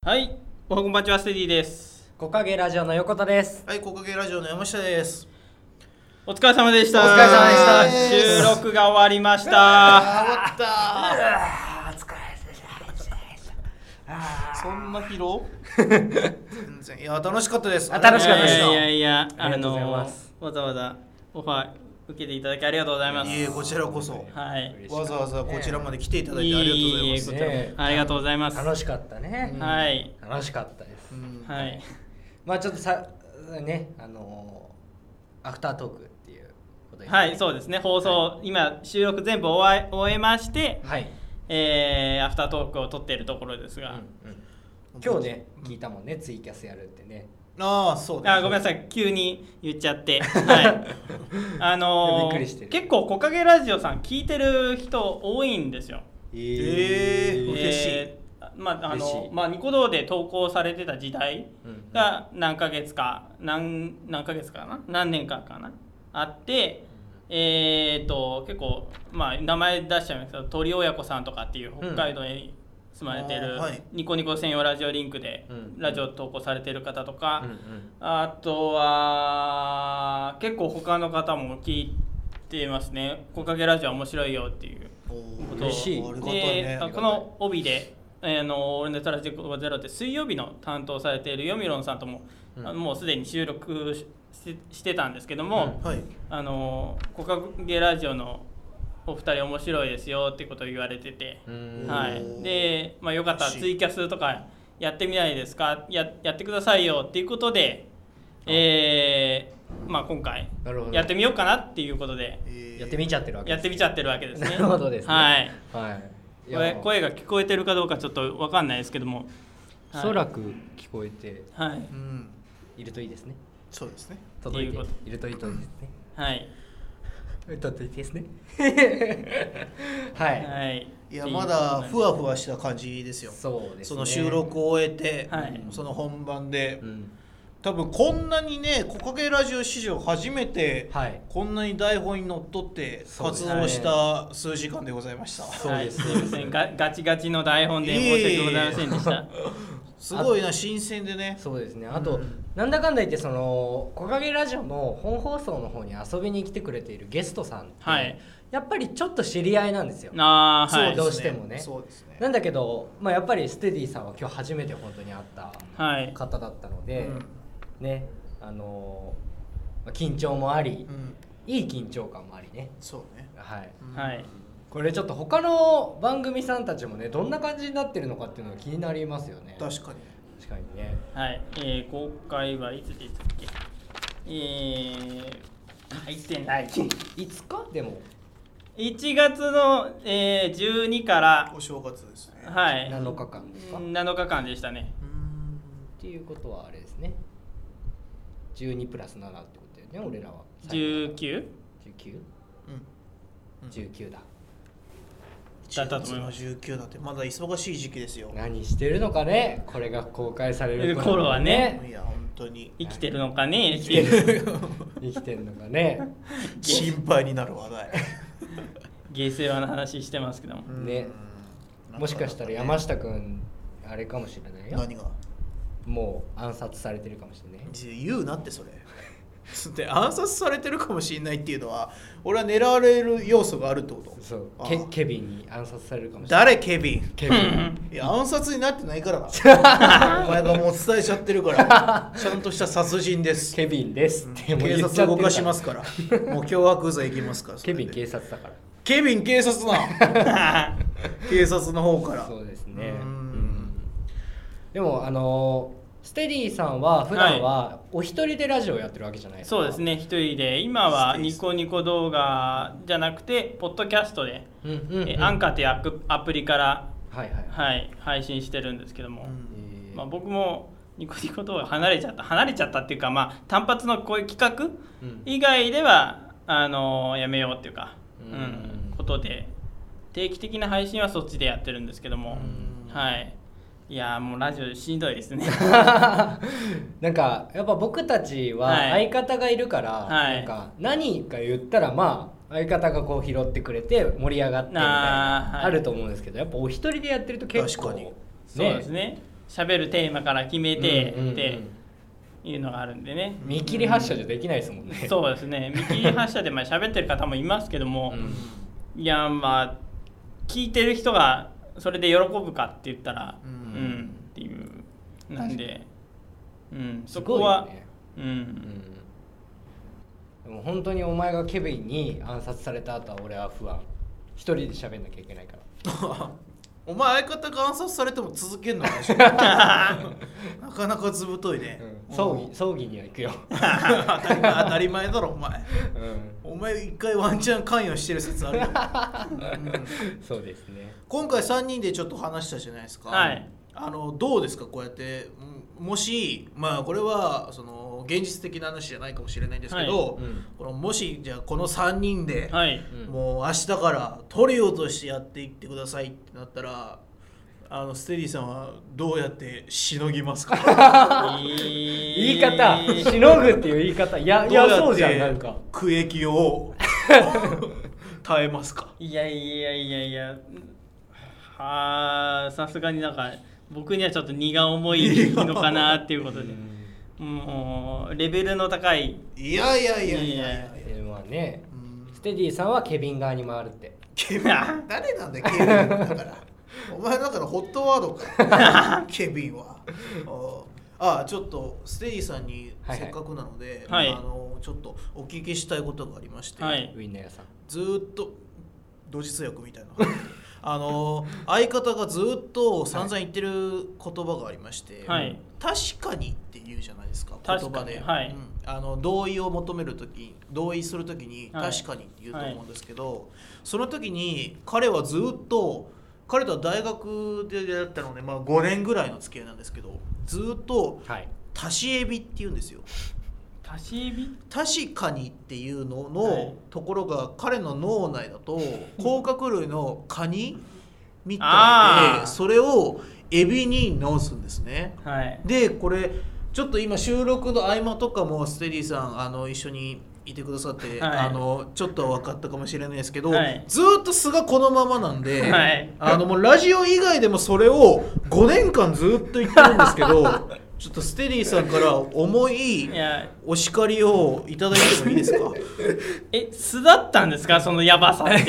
はい、おはこんばんちは、ステディです。 木陰ラジオの横田です。 はい、木陰ラジオの山下です。 お疲れ様でした。 お疲れ様でした。収録が終わりました。 終わった。 お疲れ様でした。 そんな疲労？全然。いや、楽しかったです。 楽しかったです。 いや、 ありがとうございます。 わざわざオファー受けていただきありがとうございます。 いえ、こちらこそ。 はい。 わざわざこちらまで来ていただいてありがとうございます。 ありがとうございます。 楽しかったね。 はい。 楽しかったです。 はい。 まあちょっとね、アフタートークっていうことですね。 はい、そうですね。放送、今収録全部終えまして、 はい。 アフタートークを撮っているところですが、 今日ね聞いたもんね、ツイキャスやるってね。 ああ、そうだ。 ごめんなさい、急に言っちゃって、はい。 びっくりしてる。 結構木陰ラジオさん聞いてる人多いんですよ。 嬉しい。 ニコ動で投稿されてた時代が何年かかなあって、結構名前出しちゃいますけど、鳥親子さんとかっていう北海道に住まれてるニコニコ専用ラジオリンクでラジオ投稿されてる方とか、あとは結構他の方も聞いてますね。木陰ラジオ面白いよっていうことで、この帯で俺のネタラジオゼロって水曜日の担当されているヨミロンさんとも、もうすでに収録してたんですけども、木陰ラジオのお二人面白いですよってことを言われてて、はい、で、よかったらツイキャスとかやってみないですか、やってくださいよっていうことで、今回やってみようかなっていうことで、 やってみちゃってるわけですね。 やってみちゃってるわけですね。 なるほどですね。 はい。 はい。 声が聞こえてるかどうかちょっと分かんないですけども、 おそらく聞こえているといいですね。 そうですね。 届いているといいですね。 はい。 届いてですね。はい。 いや、まだふわふわした感じですよ。 そうですね。 その収録を終えて、その本番で、多分こんなにね、木陰ラジオ史上初めてこんなに台本にのっとって活動した数時間でございました。 そうですね。ガチガチの台本で申し訳ございませんでした。 すごいな、新鮮でね。 そうですね。あと、なんだかんだ言ってその木陰ラジオの本放送の方に遊びに来てくれているゲストさんって、やっぱりちょっと知り合いなんですよ。どうしてもね。 そうですね。 なんだけど、やっぱりステディさんは今日初めて本当に会った方だったので。ね、緊張もあり、いい緊張感もありね。 そうね。 はい。 これちょっと他の番組さんたちもね、どんな感じになってるのかっていうのが気になりますよね。 確かにね。 はい。公開はいつでしたっけ？入ってない。 いつかでも。 1月の、12からお正月ですね。 はい。 7日間ですか ？7日間でしたね。 っていうことはあれですね。12プラス7ってことだよね、俺らは。 19？19？ 19だ。 だったと思います。 19だってまだ忙しい時期ですよ。 何してるのかね、これが公開される頃はね。 いや本当に生きてるのかね。 生きてるのかね。 心配になる話題。 下世話の話してますけども。 ね。もしかしたら山下くんあれかもしれないよ。 何が？ もう暗殺されてるかもしれない。 言うなってそれ。で暗殺されてるかもしれないっていうのは俺は狙われる要素があるってこと？ そう。ケビンに暗殺されるかもしれない。 誰ケビン？いや暗殺になってないからな。お前がもう伝えちゃってるからちゃんとした殺人です。 ケビンですってもう警察動かしますから。もう凶悪罪いきますから。 ケビン警察だから。 ケビン警察な。警察の方から。 そうですね。でもステディさんは普段はお一人でラジオやってるわけじゃないですか。 そうですね、一人で。今はニコニコ動画じゃなくてポッドキャストでアンカーというアプリから配信してるんですけども、僕もニコニコ動画離れちゃったっていうか、単発のこういう企画以外ではやめようっていうか、ことで定期的な配信はそっちでやってるんですけども、はい。いやもうラジオしんどいですね。 なんかやっぱ僕たちは相方がいるから、なんか何か言ったら相方がこう拾ってくれて盛り上がってみたいなあると思うんですけど、やっぱお一人でやってると結構そうですね。 喋るテーマから決めてっていうのがあるんでね。 見切り発車じゃできないですもんね。 そうですね。見切り発車で喋ってる方もいますけども、いやまあ聞いてる人がそれで喜ぶかって言ったら、っていうなんで、そこは、でも本当にお前がケビンに暗殺された後は俺は不安。一人で喋んなきゃいけないから。 お前相方が暗殺されても続けんのかしら。なかなかずぶといね。 葬儀には行くよ。 当たり前だろお前。お前一回ワンチャン関与してる説あるよ。 そうですね。 今回3人でちょっと話したじゃないですか。 はい。 どうですかこうやってもしまあこれはその現実的な話じゃないかもしれないんですけど、このもしじゃあこの3人で、もう明日からトリオとしてやっていってくださいってなったらステディさんはどうやってしのぎますか？ 言い方しのぐっていう言い方いやそうじゃんなんか苦役を耐えますか？ いやさすがになんか僕にはちょっと荷が重いのかなっていうことでもうレベルの高いいやまあね、ステディさんはケビン側に回るってケビン誰なんだよケビンだからお前の中のホットワードかケビンはちょっとステディさんにせっかくなので、ちょっとお聞きしたいことがありまして、 ウィンナー屋さんずっと同時通訳みたいな相方がずっと散々言ってる言葉がありまして、確かにって言うじゃないですか言葉で、同意を求めるとき同意するときに確かにって言うと思うんですけど、その時に彼はずっと彼とは大学で出会ったので、5年ぐらいの付き合いなんですけどずっと足しエビって言うんですよ。 足しエビ？ 確かにっていうののところが彼の脳内だと甲殻類のカニみたいでそれをエビに直すんですね。でこれちょっと今収録の合間とかもステディさん一緒にいてくださって、ちょっと分かったかもしれないですけど、ずっと素がこのままなんで、もうラジオ以外でもそれを5年間ずっと言ってるんですけどちょっとステディさんから重いお叱りをいただいてもいいですか？ 素だったんですかそのヤバさって？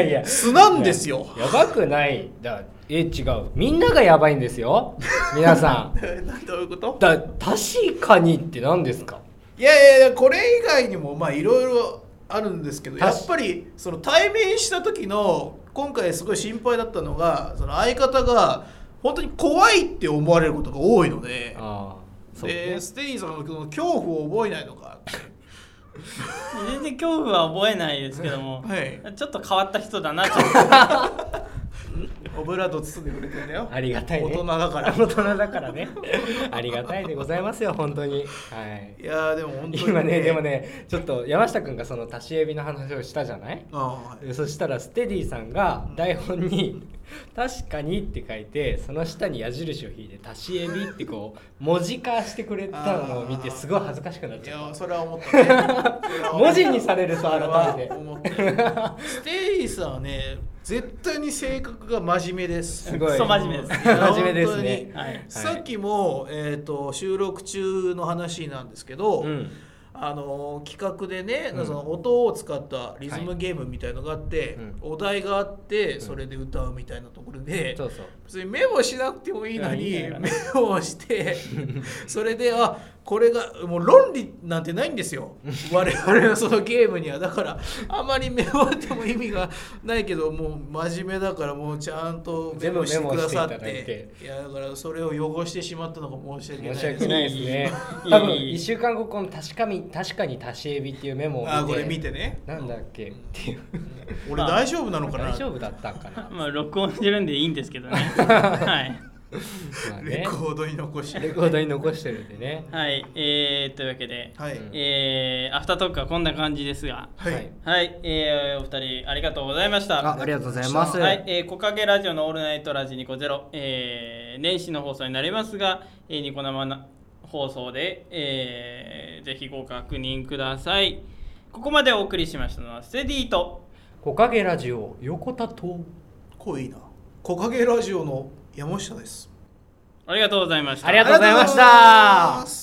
いや素なんですよ。 やばくない違うみんながやばいんですよ皆さんどういうこと？ 確かにって何ですか？ いやこれ以外にもいろいろあるんですけどやっぱりその対面した時の今回すごい心配だったのがその相方が本当に怖いって思われることが多いので、ステディさんの恐怖を覚えないのかって全然恐怖は覚えないですけども、ちょっと変わった人だなとオブラート包んでくれてるんだよ。 ありがたいね。 大人だからねありがたいでございますよ本当に。 いやでも本当に今ねでもねちょっと山下くんがその足しエビの話をしたじゃない？そしたらステディさんが台本に確かにって書いてその下に矢印を引いて足しエビってこう文字化してくれたのを見てすごい恥ずかしくなっちゃった。 いやそれは思ったね文字にされると改めて思ったステディさんはね絶対に性格が真面目です。 すごい真面目です。 真面目ですね。 さっきも、収録中の話なんですけど、企画でね、その音を使ったリズムゲームみたいのがあって、お題があってそれで歌うみたいなところで、別にメモしなくてもいいのにメモをしてそれでこれがもう論理なんてないんですよ我々のそのゲームには。だからあまりメモっても意味がないけどもう真面目だからもうちゃんとメモしてくださって、いやだからそれを汚してしまってのが申し訳ないですね。多分1週間後この確かに足しエビっていうメモを見てこれ見てねなんだっけっていう俺大丈夫なのかな。 大丈夫だったんかな。 録音してるんでいいんですけどねはいレコードに残してるんでね。 はい、というわけで、アフタートークはこんな感じですが、お二人ありがとうございました。 ありがとうございます。 木陰ラジオのオールナイトラジニコゼロ、年始の放送になりますが、ニコ生放送で、ぜひご確認ください。ここまでお送りしましたのはステディと木陰ラジオ横田と濃いな木陰ラジオの山下です。 ありがとうございました。 ありがとうございました。